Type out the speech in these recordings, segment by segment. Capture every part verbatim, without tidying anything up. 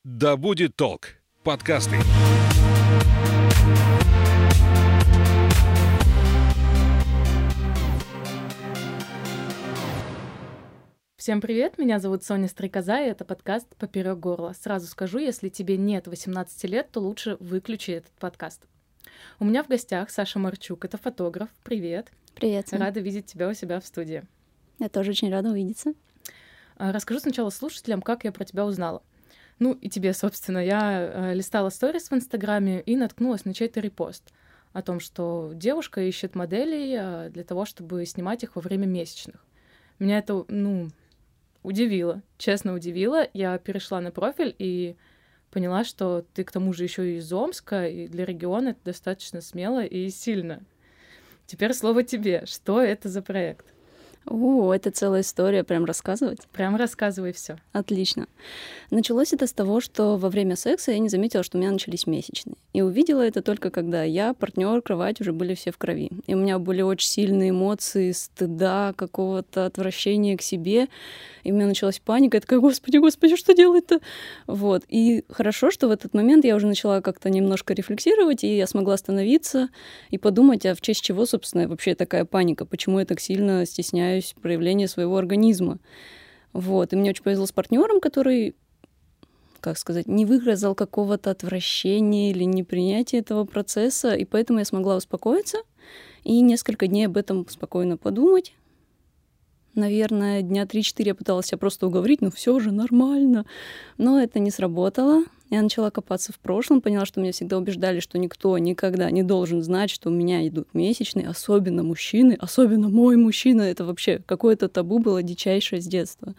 Да будет толк. Подкасты. Всем привет, меня зовут Соня Стрекоза, и это подкаст «Поперёк горла». Сразу скажу, если тебе нет восемнадцати лет, то лучше выключи этот подкаст. У меня в гостях Саша Марчук, это фотограф. Привет. Привет, Соня. Рада видеть тебя у себя в студии. Я тоже очень рада увидеться. Расскажу сначала слушателям, как я про тебя узнала. Ну и тебе, собственно. Я листала сторис в Инстаграме и наткнулась на чей-то репост о том, что девушка ищет моделей для того, чтобы снимать их во время месячных. Меня это, ну, удивило, честно удивило. Я перешла на профиль и поняла, что ты к тому же еще и из Омска, и для региона это достаточно смело и сильно. Теперь слово тебе. Что это за проект? О, это целая история, прям рассказывать? Прям рассказывай все. Отлично. Началось это с того, что во время секса я не заметила, что у меня начались месячные. И увидела это только когда я, партнер, кровать уже были все в крови. И у меня были очень сильные эмоции стыда, какого-то отвращения к себе. И у меня началась паника. Я такая, господи, господи, что делать-то? Вот. И хорошо, что в этот момент я уже начала как-то немножко рефлексировать, и я смогла остановиться и подумать, а в честь чего, собственно, вообще такая паника? Почему я так сильно стесняюсь проявления своего организма? Вот. И мне очень повезло с партнером, который, как сказать, не выразил какого-то отвращения или непринятия этого процесса, и поэтому я смогла успокоиться и несколько дней об этом спокойно подумать. Наверное, дня три-четыре я пыталась себя просто уговорить, ну все же нормально. Но это не сработало. Я начала копаться в прошлом, поняла, что меня всегда убеждали, что никто никогда не должен знать, что у меня идут месячные, особенно мужчины, особенно мой мужчина. Это вообще какое-то табу было дичайшее с детства.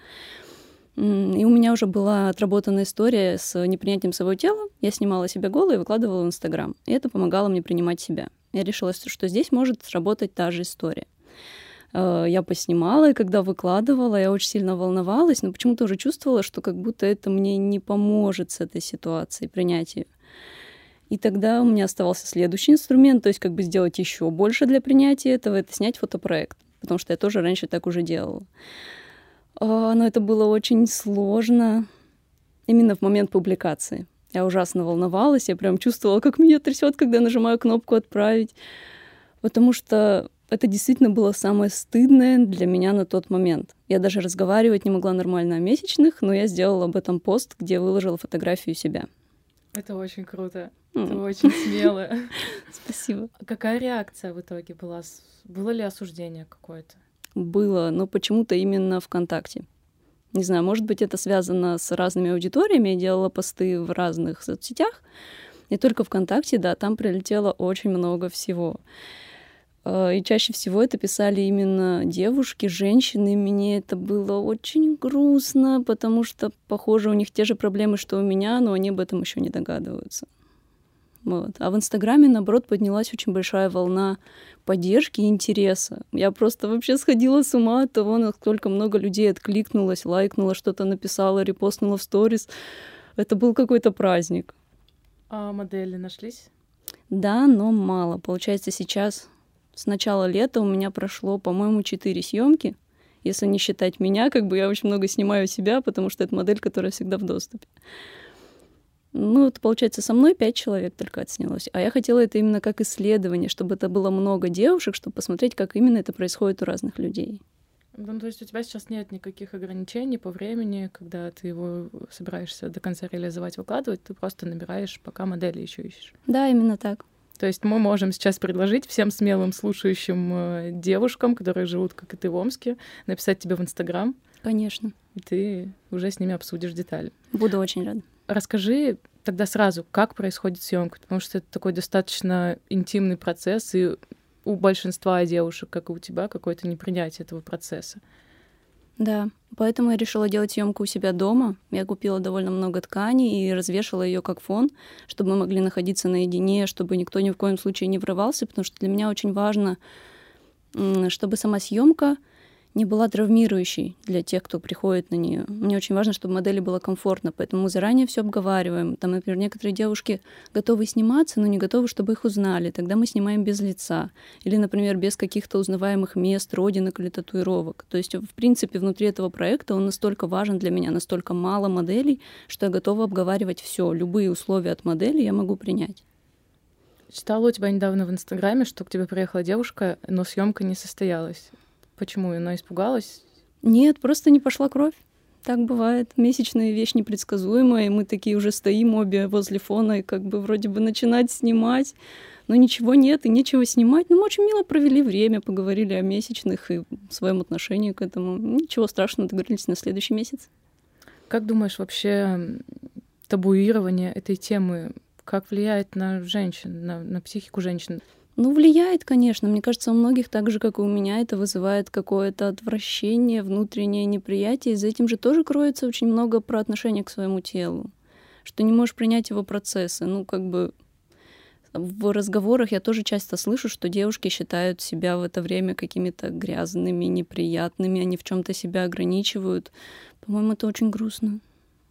И у меня уже была отработанная история с непринятием своего тела. Я снимала себя голой и выкладывала в Инстаграм. И это помогало мне принимать себя. Я решила, что здесь может сработать та же история. Я поснимала, и когда выкладывала, я очень сильно волновалась, но почему-то уже чувствовала, что как будто это мне не поможет с этой ситуацией, принять ее. И тогда у меня оставался следующий инструмент, то есть как бы сделать еще больше для принятия этого, это снять фотопроект, потому что я тоже раньше так уже делала. Но это было очень сложно именно в момент публикации. Я ужасно волновалась, я прям чувствовала, как меня трясет, когда я нажимаю кнопку «Отправить», потому что это действительно было самое стыдное для меня на тот момент. Я даже разговаривать не могла нормально о месячных, но я сделала об этом пост, где выложила фотографию себя. Это очень круто. Mm. Это очень смело. Спасибо. Какая реакция в итоге была? Было ли осуждение какое-то? Было, но почему-то именно ВКонтакте. Не знаю, может быть, это связано с разными аудиториями. Я делала посты в разных соцсетях. И только ВКонтакте, да, там прилетело очень много всего. И чаще всего это писали именно девушки, женщины. И мне это было очень грустно, потому что, похоже, у них те же проблемы, что у меня, но они об этом еще не догадываются. Вот. А в Инстаграме, наоборот, поднялась очень большая волна поддержки и интереса. Я просто вообще сходила с ума от того, насколько много людей откликнулось, лайкнуло, что-то написала, репостнула в сторис. Это был какой-то праздник. А модели нашлись? Да, но мало. Получается, сейчас... С начала лета у меня прошло, по-моему, четыре съемки. Если не считать меня, как бы я очень много снимаю себя, потому что это модель, которая всегда в доступе. Ну, это, получается, со мной пять человек только отснялось. А я хотела это именно как исследование, чтобы это было много девушек, чтобы посмотреть, как именно это происходит у разных людей. Ну, то есть у тебя сейчас нет никаких ограничений по времени, когда ты его собираешься до конца реализовать, выкладывать, ты просто набираешь, пока модели еще ищешь. Да, именно так. То есть мы можем сейчас предложить всем смелым слушающим э, девушкам, которые живут, как и ты, в Омске, написать тебе в Инстаграм. Конечно. И ты уже с ними обсудишь детали. Буду очень рада. Расскажи тогда сразу, как происходит съемка, потому что это такой достаточно интимный процесс, и у большинства девушек, как и у тебя, какое-то непринятие этого процесса. Да, поэтому я решила делать съемку у себя дома. Я купила довольно много ткани и развешала ее как фон, чтобы мы могли находиться наедине, чтобы никто ни в коем случае не врывался, потому что для меня очень важно, чтобы сама съемка не была травмирующей для тех, кто приходит на нее. Мне очень важно, чтобы модели было комфортно, поэтому мы заранее все обговариваем. Там, например, некоторые девушки готовы сниматься, но не готовы, чтобы их узнали. Тогда мы снимаем без лица. Или, например, без каких-то узнаваемых мест, родинок или татуировок. То есть, в принципе, внутри этого проекта он настолько важен для меня, настолько мало моделей, что я готова обговаривать все. Любые условия от модели я могу принять. Читала у тебя недавно в Инстаграме, что к тебе приехала девушка, но съемка не состоялась. Почему? Она испугалась? Нет, просто не пошла кровь. Так бывает. Месячная вещь непредсказуемая, и мы такие уже стоим обе возле фона, и как бы вроде бы начинать снимать, но ничего нет, и нечего снимать. Но мы очень мило провели время, поговорили о месячных и своем отношении к этому. Ничего страшного, договорились на следующий месяц. Как думаешь, вообще табуирование этой темы, как влияет на женщин, на, на психику женщин? Ну, влияет, конечно. Мне кажется, у многих, так же, как и у меня, это вызывает какое-то отвращение, внутреннее неприятие. И за этим же тоже кроется очень много про отношение к своему телу, что не можешь принять его процессы. Ну, как бы в разговорах я тоже часто слышу, что девушки считают себя в это время какими-то грязными, неприятными, они в чем-то себя ограничивают. По-моему, это очень грустно.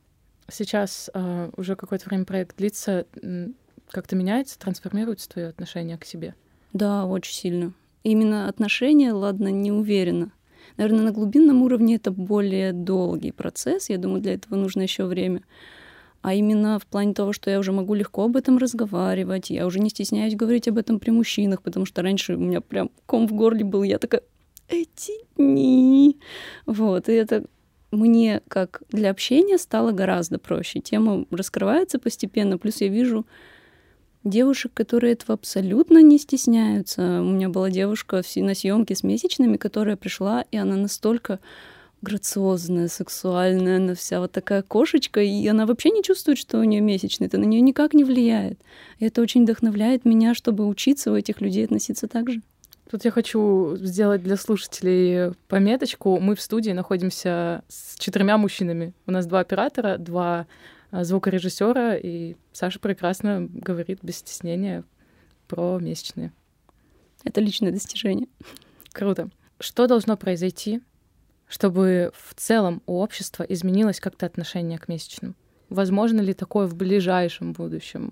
Сейчас э, уже какое-то время проект длится. Как-то меняется, трансформируется твое отношение к себе? Да, очень сильно. Именно отношения, ладно, не уверена. Наверное, на глубинном уровне это более долгий процесс. Я думаю, для этого нужно еще время. А именно в плане того, что я уже могу легко об этом разговаривать, я уже не стесняюсь говорить об этом при мужчинах, потому что раньше у меня прям ком в горле был. Я такая, эти дни. Вот, и это мне, как для общения, стало гораздо проще. Тема раскрывается постепенно, плюс я вижу девушек, которые этого абсолютно не стесняются. У меня была девушка на съемке с месячными, которая пришла, и она настолько грациозная, сексуальная, она вся вот такая кошечка, и она вообще не чувствует, что у нее месячные, это на нее никак не влияет. И это очень вдохновляет меня, чтобы учиться у этих людей относиться так же. Тут я хочу сделать для слушателей пометочку. Мы в студии находимся с четырьмя мужчинами. У нас два оператора, два звукорежиссера, и Саша прекрасно говорит без стеснения про месячные. Это личное достижение. Круто. Что должно произойти, чтобы в целом у общества изменилось как-то отношение к месячным? Возможно ли такое в ближайшем будущем?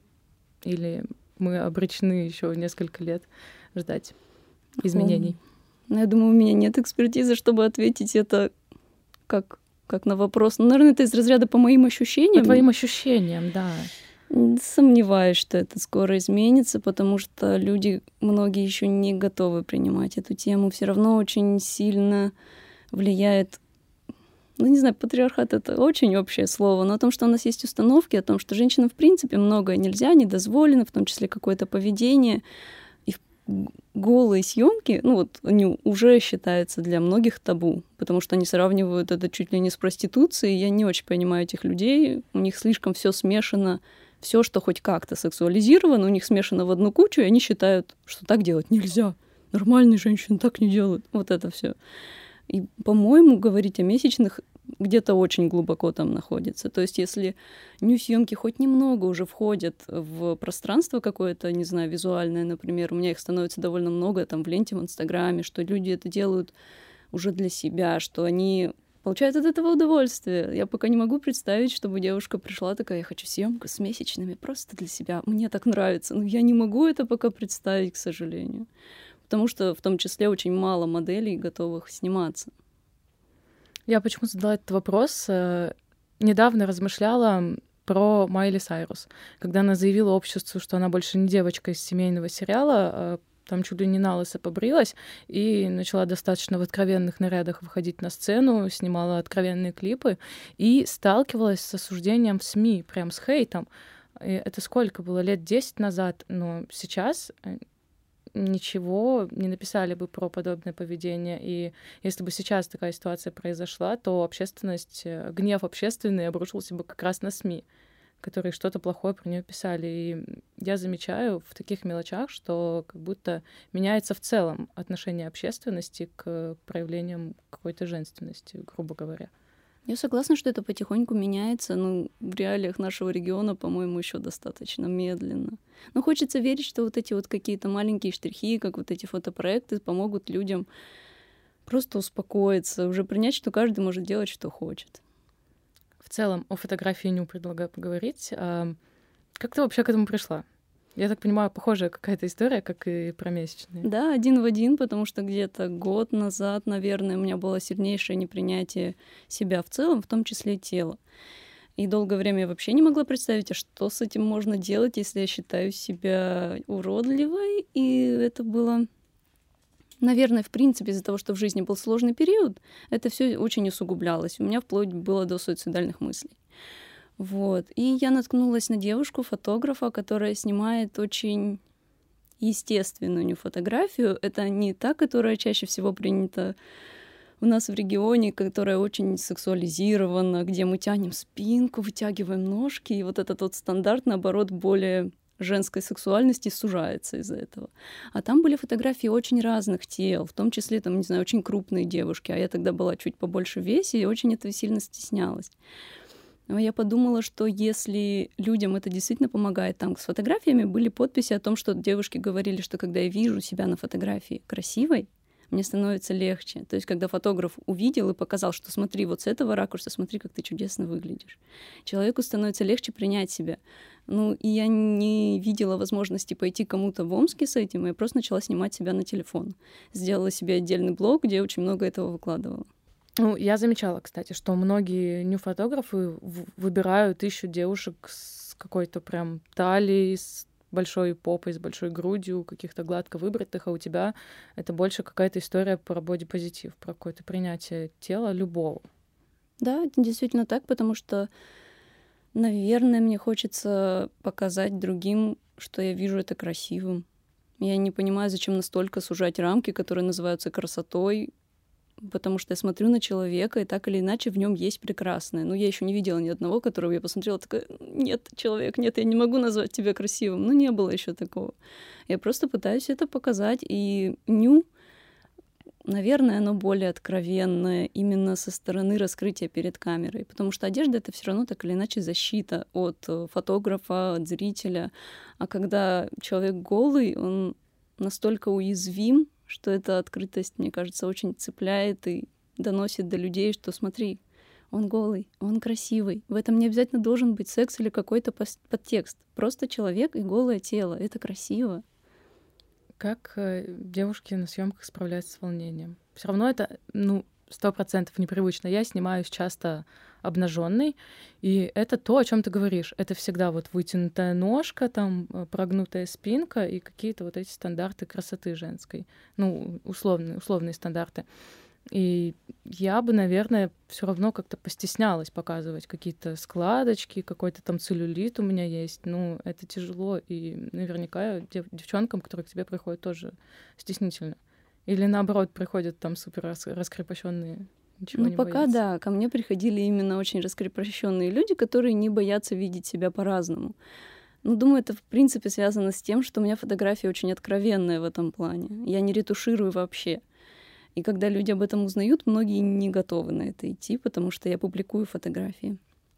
Или мы обречены еще несколько лет ждать изменений? Ну, я думаю, у меня нет экспертизы, чтобы ответить это как... как на вопрос. Ну, наверное, это из разряда по моим ощущениям. По твоим ощущениям, да. Сомневаюсь, что это скоро изменится, потому что люди, многие еще не готовы принимать эту тему. Все равно очень сильно влияет, ну, не знаю, патриархат — это очень общее слово, но о том, что у нас есть установки, о том, что женщинам, в принципе, многое нельзя, не дозволено, в том числе какое-то поведение. И голые съемки, ну вот они уже считаются для многих табу, потому что они сравнивают это чуть ли не с проституцией. Я не очень понимаю этих людей. У них слишком все смешано, все, что хоть как-то сексуализировано, у них смешано в одну кучу, и они считают, что так делать нельзя. Нормальные женщины так не делают. Вот это все. И, по-моему, говорить о месячных где-то очень глубоко там находится. То есть если нью-съемки хоть немного уже входят в пространство какое-то, не знаю, визуальное, например, у меня их становится довольно много там в ленте в Инстаграме, что люди это делают уже для себя, что они получают от этого удовольствие. Я пока не могу представить, чтобы девушка пришла такая, я хочу съемку с месячными просто для себя, мне так нравится. Но я не могу это пока представить, к сожалению. Потому что в том числе очень мало моделей, готовых сниматься. Я почему задала этот вопрос? Недавно размышляла про Майли Сайрус, когда она заявила обществу, что она больше не девочка из семейного сериала, там чуть ли не на лысо побрилась и начала достаточно в откровенных нарядах выходить на сцену, снимала откровенные клипы и сталкивалась с осуждением в СМИ, прям с хейтом. И это сколько было? Лет десять назад, но сейчас ничего не написали бы про подобное поведение. И если бы сейчас такая ситуация произошла, то общественность, гнев общественный обрушился бы как раз на СМИ, которые что-то плохое про нее писали. И я замечаю в таких мелочах, что как будто меняется в целом отношение общественности к проявлениям какой-то женственности, грубо говоря. Я согласна, что это потихоньку меняется, но в реалиях нашего региона, по-моему, еще достаточно медленно. Но хочется верить, что вот эти вот какие-то маленькие штрихи, как вот эти фотопроекты, помогут людям просто успокоиться, уже принять, что каждый может делать, что хочет. В целом, о фотографии Ню предлагаю поговорить. А как ты вообще к этому пришла? Я так понимаю, похожая какая-то история, как и про месячные. Да, один в один, потому что где-то год назад, наверное, у меня было сильнейшее непринятие себя в целом, в том числе и тела. И долгое время я вообще не могла представить, а что с этим можно делать, если я считаю себя уродливой. И это было, наверное, в принципе, из-за того, что в жизни был сложный период, это все очень усугублялось. У меня вплоть было до суицидальных мыслей. Вот. И я наткнулась на девушку, фотографа, которая снимает очень естественную фотографию. Это не та, которая чаще всего принята у нас в регионе, которая очень сексуализирована, где мы тянем спинку, вытягиваем ножки, и вот этот вот стандарт, наоборот, более женской сексуальности сужается из-за этого. А там были фотографии очень разных тел, в том числе, там, не знаю, очень крупные девушки, а я тогда была чуть побольше в весе и очень этого сильно стеснялась. Но я подумала, что если людям это действительно помогает, там с фотографиями были подписи о том, что девушки говорили, что когда я вижу себя на фотографии красивой, мне становится легче. То есть, когда фотограф увидел и показал, что смотри, вот с этого ракурса, смотри, как ты чудесно выглядишь. Человеку становится легче принять себя. Ну, и я не видела возможности пойти кому-то в Омске с этим, и я просто начала снимать себя на телефон. Сделала себе отдельный блог, где очень много этого выкладывала. Ну, я замечала, кстати, что многие нью-фотографы выбирают, ищут девушек с какой-то прям талией, с большой попой, с большой грудью, каких-то гладко выбритых, а у тебя это больше какая-то история про бодипозитив, про какое-то принятие тела любого. Да, это действительно так, потому что, наверное, мне хочется показать другим, что я вижу это красивым. Я не понимаю, зачем настолько сужать рамки, которые называются красотой, потому что я смотрю на человека, и так или иначе в нем есть прекрасное. Но я еще не видела ни одного, которого я посмотрела, такая: нет, человек, нет, я не могу назвать тебя красивым. Ну, не было еще такого. Я просто пытаюсь это показать. И ню, наверное, оно более откровенное именно со стороны раскрытия перед камерой, потому что одежда — это все равно так или иначе защита от фотографа, от зрителя. А когда человек голый, он настолько уязвим, что эта открытость, мне кажется, очень цепляет и доносит до людей, что смотри, он голый, он красивый. В этом не обязательно должен быть секс или какой-то подтекст. Просто человек и голое тело. Это красиво. Как девушки на съемках справляются с волнением? Все равно это, ну, сто процентов непривычно. Я снимаюсь часто обнаженной, и это то, о чем ты говоришь. Это всегда вот вытянутая ножка, там прогнутая спинка и какие-то вот эти стандарты красоты женской, ну условные условные стандарты. И я бы, наверное, все равно как-то постеснялась показывать какие-то складочки, какой-то там целлюлит у меня есть. Ну, это тяжело, и наверняка дев- девчонкам, которые к тебе приходят, тоже стеснительно. Или наоборот, приходят там супер рас- раскрепощенные. Ничего ну, не пока боятся. Да, ко мне приходили именно очень раскрепощенные люди, которые не боятся видеть себя по-разному. Ну, думаю, это в принципе связано с тем, что у меня фотография очень откровенная в этом плане. Я не ретуширую вообще. И когда люди об этом узнают, многие не готовы на это идти, потому что я публикую фотографии.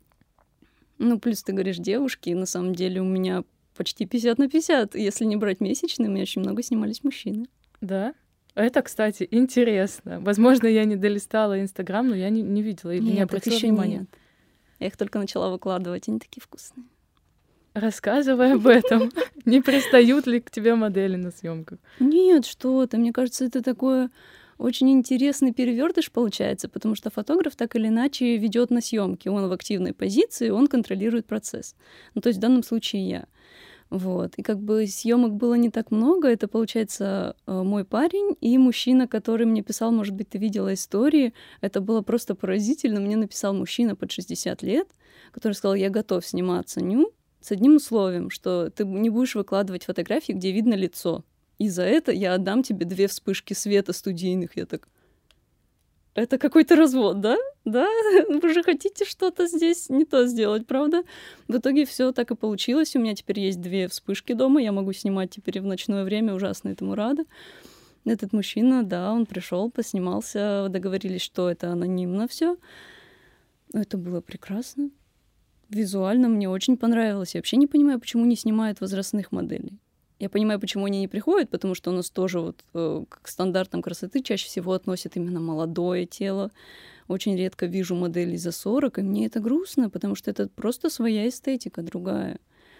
Ну, плюс ты говоришь девушки, и на самом деле у меня почти пятьдесят на пятьдесят. Если не брать месячные, у меня очень много снимались мужчины. Да? Это, кстати, интересно. Возможно, я не долистала Инстаграм, но я не, не видела или Нет, не обратила внимания. Нет. Я их только начала выкладывать, они такие вкусные. Рассказывай об этом. Не пристают ли к тебе модели на съемках? Нет, что ты. Мне кажется, это такое очень интересный перевертыш получается, потому что фотограф так или иначе ведет на съемки. Он в активной позиции, он контролирует процесс. Ну, то есть в данном случае я. Вот. И как бы съемок было не так много. Это, получается, мой парень и мужчина, который мне писал, может быть, ты видела истории. Это было просто поразительно. Мне написал мужчина под шестьдесят лет, который сказал: я готов сниматься ню, с одним условием, что ты не будешь выкладывать фотографии, где видно лицо. И за это я отдам тебе две вспышки света студийных. Я так... Это какой-то развод, да? Да? Вы же хотите что-то здесь не то сделать, правда? В итоге все так и получилось. У меня теперь есть две вспышки дома. Я могу снимать теперь и в ночное время. Ужасно этому рада. Этот мужчина, да, он пришел, поснимался, договорились, что это анонимно все. Это было прекрасно. Визуально мне очень понравилось. Я вообще не понимаю, почему не снимают возрастных моделей. Я понимаю, почему они не приходят, потому что у нас тоже вот э, к стандартам красоты чаще всего относят именно молодое тело. Очень редко вижу моделей за сорок, и мне это грустно, потому что это просто своя эстетика, другая.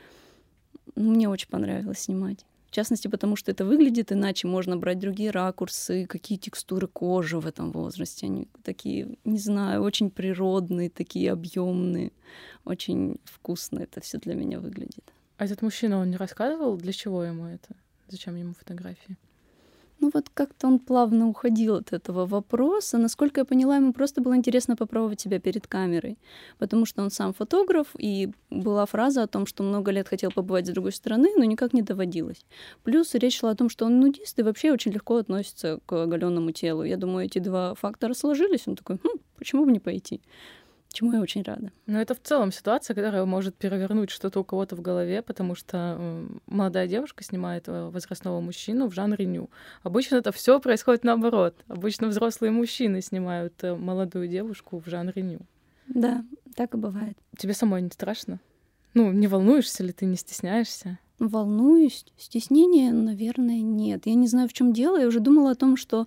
Мне очень понравилось снимать. В частности, потому что это выглядит иначе, можно брать другие ракурсы, какие текстуры кожи в этом возрасте. Они такие, не знаю, очень природные, такие объемные, очень вкусно это все для меня выглядит. А этот мужчина, он не рассказывал, для чего ему это? Зачем ему фотографии? Ну вот как-то он плавно уходил от этого вопроса. Насколько я поняла, ему просто было интересно попробовать себя перед камерой, потому что он сам фотограф, и была фраза о том, что много лет хотел побывать с другой стороны, но никак не доводилось. Плюс речь шла о том, что он нудист и вообще очень легко относится к оголенному телу. Я думаю, эти два фактора сложились. Он такой, хм, почему бы не пойти? Чему я очень рада. Но это в целом ситуация, которая может перевернуть что-то у кого-то в голове, потому что э, молодая девушка снимает э, возрастного мужчину в жанре ню. Обычно это все происходит наоборот. Обычно взрослые мужчины снимают э, молодую девушку в жанре ню. Да, так и бывает. Тебе самой не страшно? Ну, не волнуешься ли ты, не стесняешься? Волнуюсь. Стеснения, наверное, нет. Я не знаю, в чем дело. Я уже думала о том, что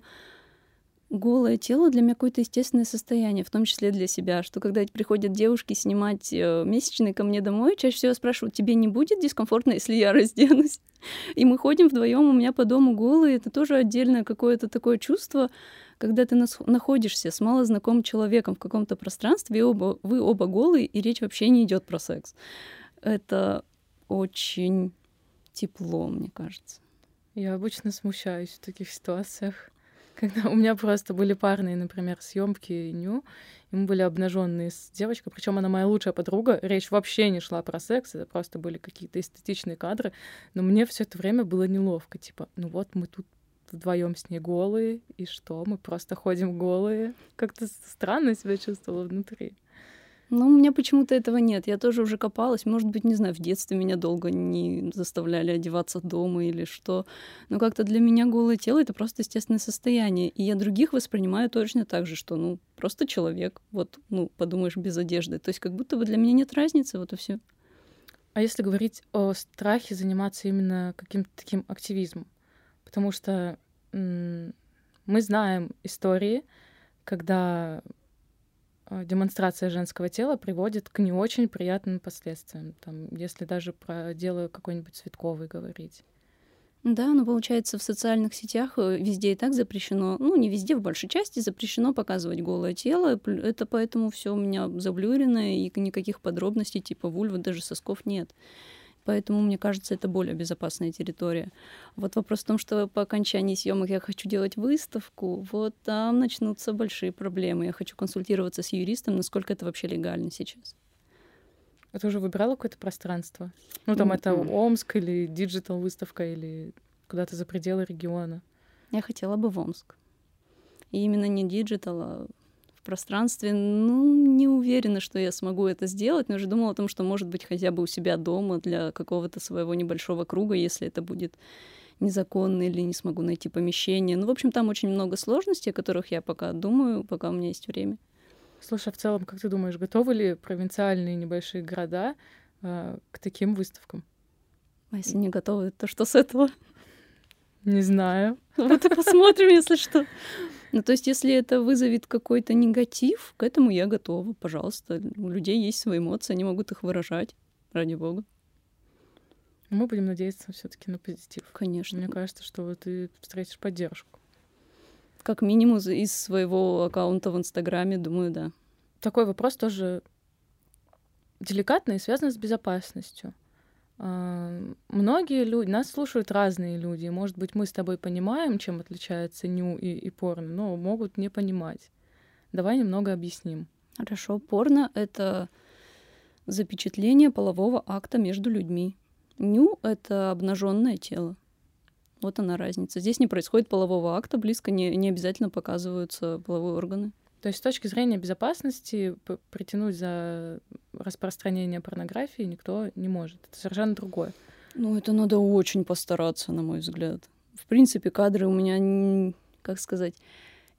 голое тело для меня какое-то естественное состояние, в том числе для себя, что когда приходят девушки снимать э, месячные ко мне домой, чаще всего спрашивают, тебе не будет дискомфортно, если я разденусь? И мы ходим вдвоем у меня по дому голые, это тоже отдельное какое-то такое чувство, когда ты нас- находишься с малознакомым человеком в каком-то пространстве, и оба, вы оба голые, и речь вообще не идет про секс. Это очень тепло, мне кажется. Я обычно смущаюсь в таких ситуациях. Когда у меня просто были парные, например, съемки ню, и мы были обнаженные с девочкой, причем она моя лучшая подруга. Речь вообще не шла про секс, это просто были какие-то эстетичные кадры. Но мне все это время было неловко. Типа, ну вот мы тут вдвоем с ней голые, и что? Мы просто ходим голые. Как-то странно себя чувствовала внутри. Ну, у меня почему-то этого нет. Я тоже уже копалась. Может быть, не знаю, в детстве меня долго не заставляли одеваться дома или что. Но как-то для меня голое тело — это просто естественное состояние. И я других воспринимаю точно так же, что, ну, просто человек. Вот, ну, подумаешь, без одежды. То есть как будто бы для меня нет разницы, вот и все. А если говорить о страхе заниматься именно каким-то таким активизмом? Потому что м- мы знаем истории, когда демонстрация женского тела приводит к не очень приятным последствиям. Там, если даже про дело какой-нибудь Цветковой говорить. Да, но получается, в социальных сетях везде и так запрещено, ну, не везде, в большей части запрещено показывать голое тело. Это поэтому все у меня заблюрено, и никаких подробностей типа вульвы, даже сосков нет. Поэтому, мне кажется, это более безопасная территория. Вот вопрос в том, что по окончании съемок я хочу делать выставку, вот там начнутся большие проблемы. Я хочу консультироваться с юристом, насколько это вообще легально сейчас. А ты уже выбирала какое-то пространство? Ну, там mm-hmm. это Омск или диджитал-выставка, или куда-то за пределы региона? Я хотела бы в Омск. И именно не диджитал, а в пространстве. Ну, не уверена, что я смогу это сделать, но уже думала о том, что, может быть, хотя бы у себя дома для какого-то своего небольшого круга, если это будет незаконно или не смогу найти помещение. Ну, в общем, там очень много сложностей, о которых я пока думаю, пока у меня есть время. Слушай, а в целом, как ты думаешь, готовы ли провинциальные небольшие города э, к таким выставкам? А если не готовы, то что с этого? Не знаю. Вот и посмотрим, если что. Ну, то есть, если это вызовет какой-то негатив, к этому я готова. Пожалуйста, у людей есть свои эмоции, они могут их выражать, ради бога. Мы будем надеяться все-таки на позитив. Конечно. Мне кажется, что ты встретишь поддержку. Как минимум из своего аккаунта в Инстаграме, думаю, да. Такой вопрос тоже деликатный и связан с безопасностью. Многие люди, нас слушают разные люди. Может быть, мы с тобой понимаем, чем отличается ню и, и порно, но могут не понимать. Давай немного объясним. Хорошо. Порно — это запечатление полового акта между людьми. Ню — это обнаженное тело. Вот она разница. Здесь не происходит полового акта, близко не, не обязательно показываются половые органы. То есть с точки зрения безопасности притянуть за распространение порнографии никто не может. Это совершенно другое. Ну, это надо очень постараться, на мой взгляд. В принципе, кадры у меня, как сказать,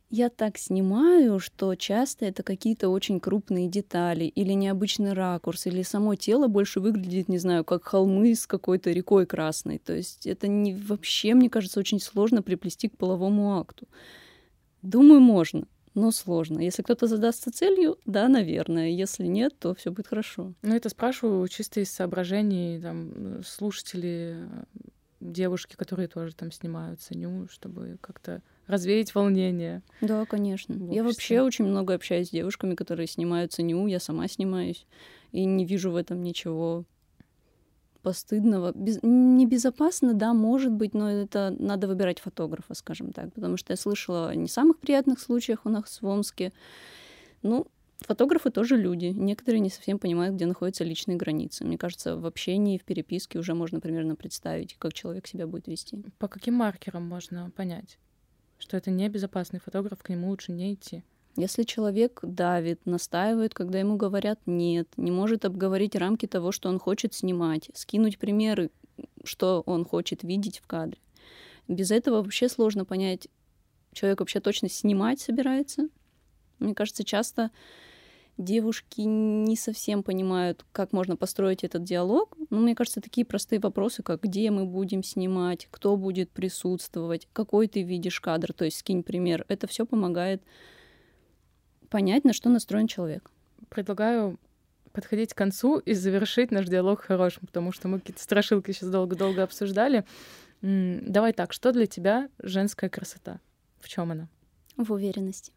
Я так снимаю, что часто это какие-то очень крупные детали или необычный ракурс, или само тело больше выглядит, не знаю, как холмы с какой-то рекой красной. То есть это не, вообще, мне кажется, очень сложно приплести к половому акту. Думаю, можно, но сложно. Если кто-то задастся целью, да, наверное. Если нет, то все будет хорошо. Ну, это спрашиваю чисто из соображений там, слушателей, девушки, которые тоже там снимают ню, чтобы как-то развеять волнение. Да, конечно. В Я обществе. вообще очень много общаюсь с девушками, которые снимаются ню, я сама снимаюсь, и не вижу в этом ничего постыдного. Без... Небезопасно, да, может быть, но это надо выбирать фотографа, скажем так, потому что я слышала о не самых приятных случаях у нас в Омске. Ну, фотографы тоже люди. Некоторые не совсем понимают, где находятся личные границы. Мне кажется, в общении, в переписке уже можно примерно представить, как человек себя будет вести. По каким маркерам можно понять, что это небезопасный фотограф, к нему лучше не идти? Если человек давит, настаивает, когда ему говорят «нет», не может обговорить рамки того, что он хочет снимать, скинуть примеры, что он хочет видеть в кадре. Без этого вообще сложно понять, человек вообще точно снимать собирается. Мне кажется, часто девушки не совсем понимают, как можно построить этот диалог. Но мне кажется, такие простые вопросы, как где мы будем снимать, кто будет присутствовать, какой ты видишь кадр, то есть скинь пример. Это все помогает понять, на что настроен человек. Предлагаю подходить к концу и завершить наш диалог хорошим, потому что мы какие-то страшилки сейчас долго-долго обсуждали. М, Давай так, что для тебя женская красота? В чем она? В уверенности.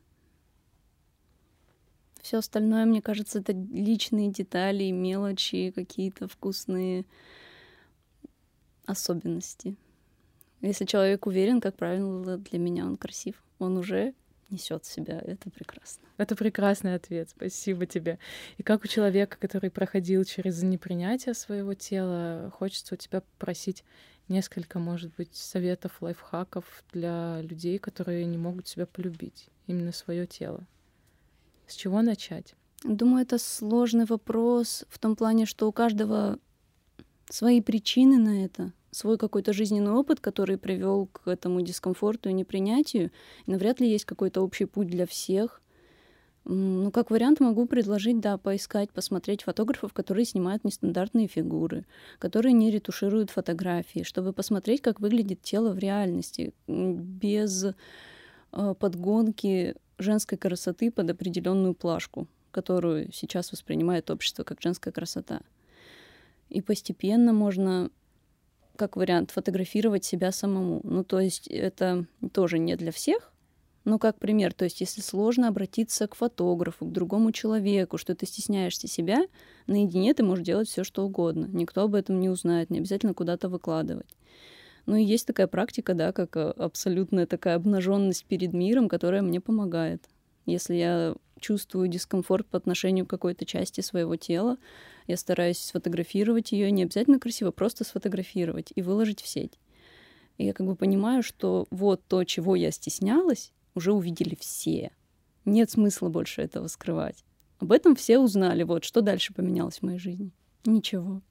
Все остальное, мне кажется, это личные детали, мелочи, какие-то вкусные особенности. Если человек уверен, как правило, для меня он красив. Он уже несет себя. Это прекрасно. Это прекрасный ответ. Спасибо тебе. И как у человека, который проходил через непринятие своего тела, хочется у тебя попросить несколько, может быть, советов, лайфхаков для людей, которые не могут себя полюбить, именно свое тело. С чего начать? Думаю, это сложный вопрос в том плане, что у каждого свои причины на это, свой какой-то жизненный опыт, который привел к этому дискомфорту и непринятию. И навряд ли есть какой-то общий путь для всех. Ну, как вариант могу предложить, да, поискать, посмотреть фотографов, которые снимают нестандартные фигуры, которые не ретушируют фотографии, чтобы посмотреть, как выглядит тело в реальности, без э, подгонки женской красоты под определенную плашку, которую сейчас воспринимает общество как женская красота. И постепенно можно, как вариант, фотографировать себя самому. Ну, то есть это тоже не для всех, но как пример. То есть если сложно обратиться к фотографу, к другому человеку, что ты стесняешься себя, наедине ты можешь делать все, что угодно. Никто об этом не узнает, не обязательно куда-то выкладывать. Ну и есть такая практика, да, как абсолютная такая обнаженность перед миром, которая мне помогает. Если я чувствую дискомфорт по отношению к какой-то части своего тела, я стараюсь сфотографировать ее, не обязательно красиво, просто сфотографировать и выложить в сеть. И я как бы понимаю, что вот то, чего я стеснялась, уже увидели все. Нет смысла больше этого скрывать. Об этом все узнали. Вот что дальше поменялось в моей жизни. Ничего.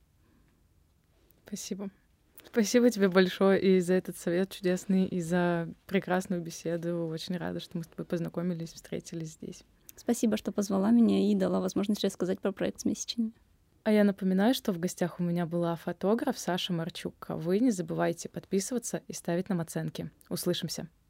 Спасибо. Спасибо тебе большое и за этот совет чудесный, и за прекрасную беседу. Очень рада, что мы с тобой познакомились, встретились здесь. Спасибо, что позвала меня и дала возможность рассказать про проект с месячными. А я напоминаю, что в гостях у меня была фотограф Саша Марчук. Вы не забывайте подписываться и ставить нам оценки. Услышимся.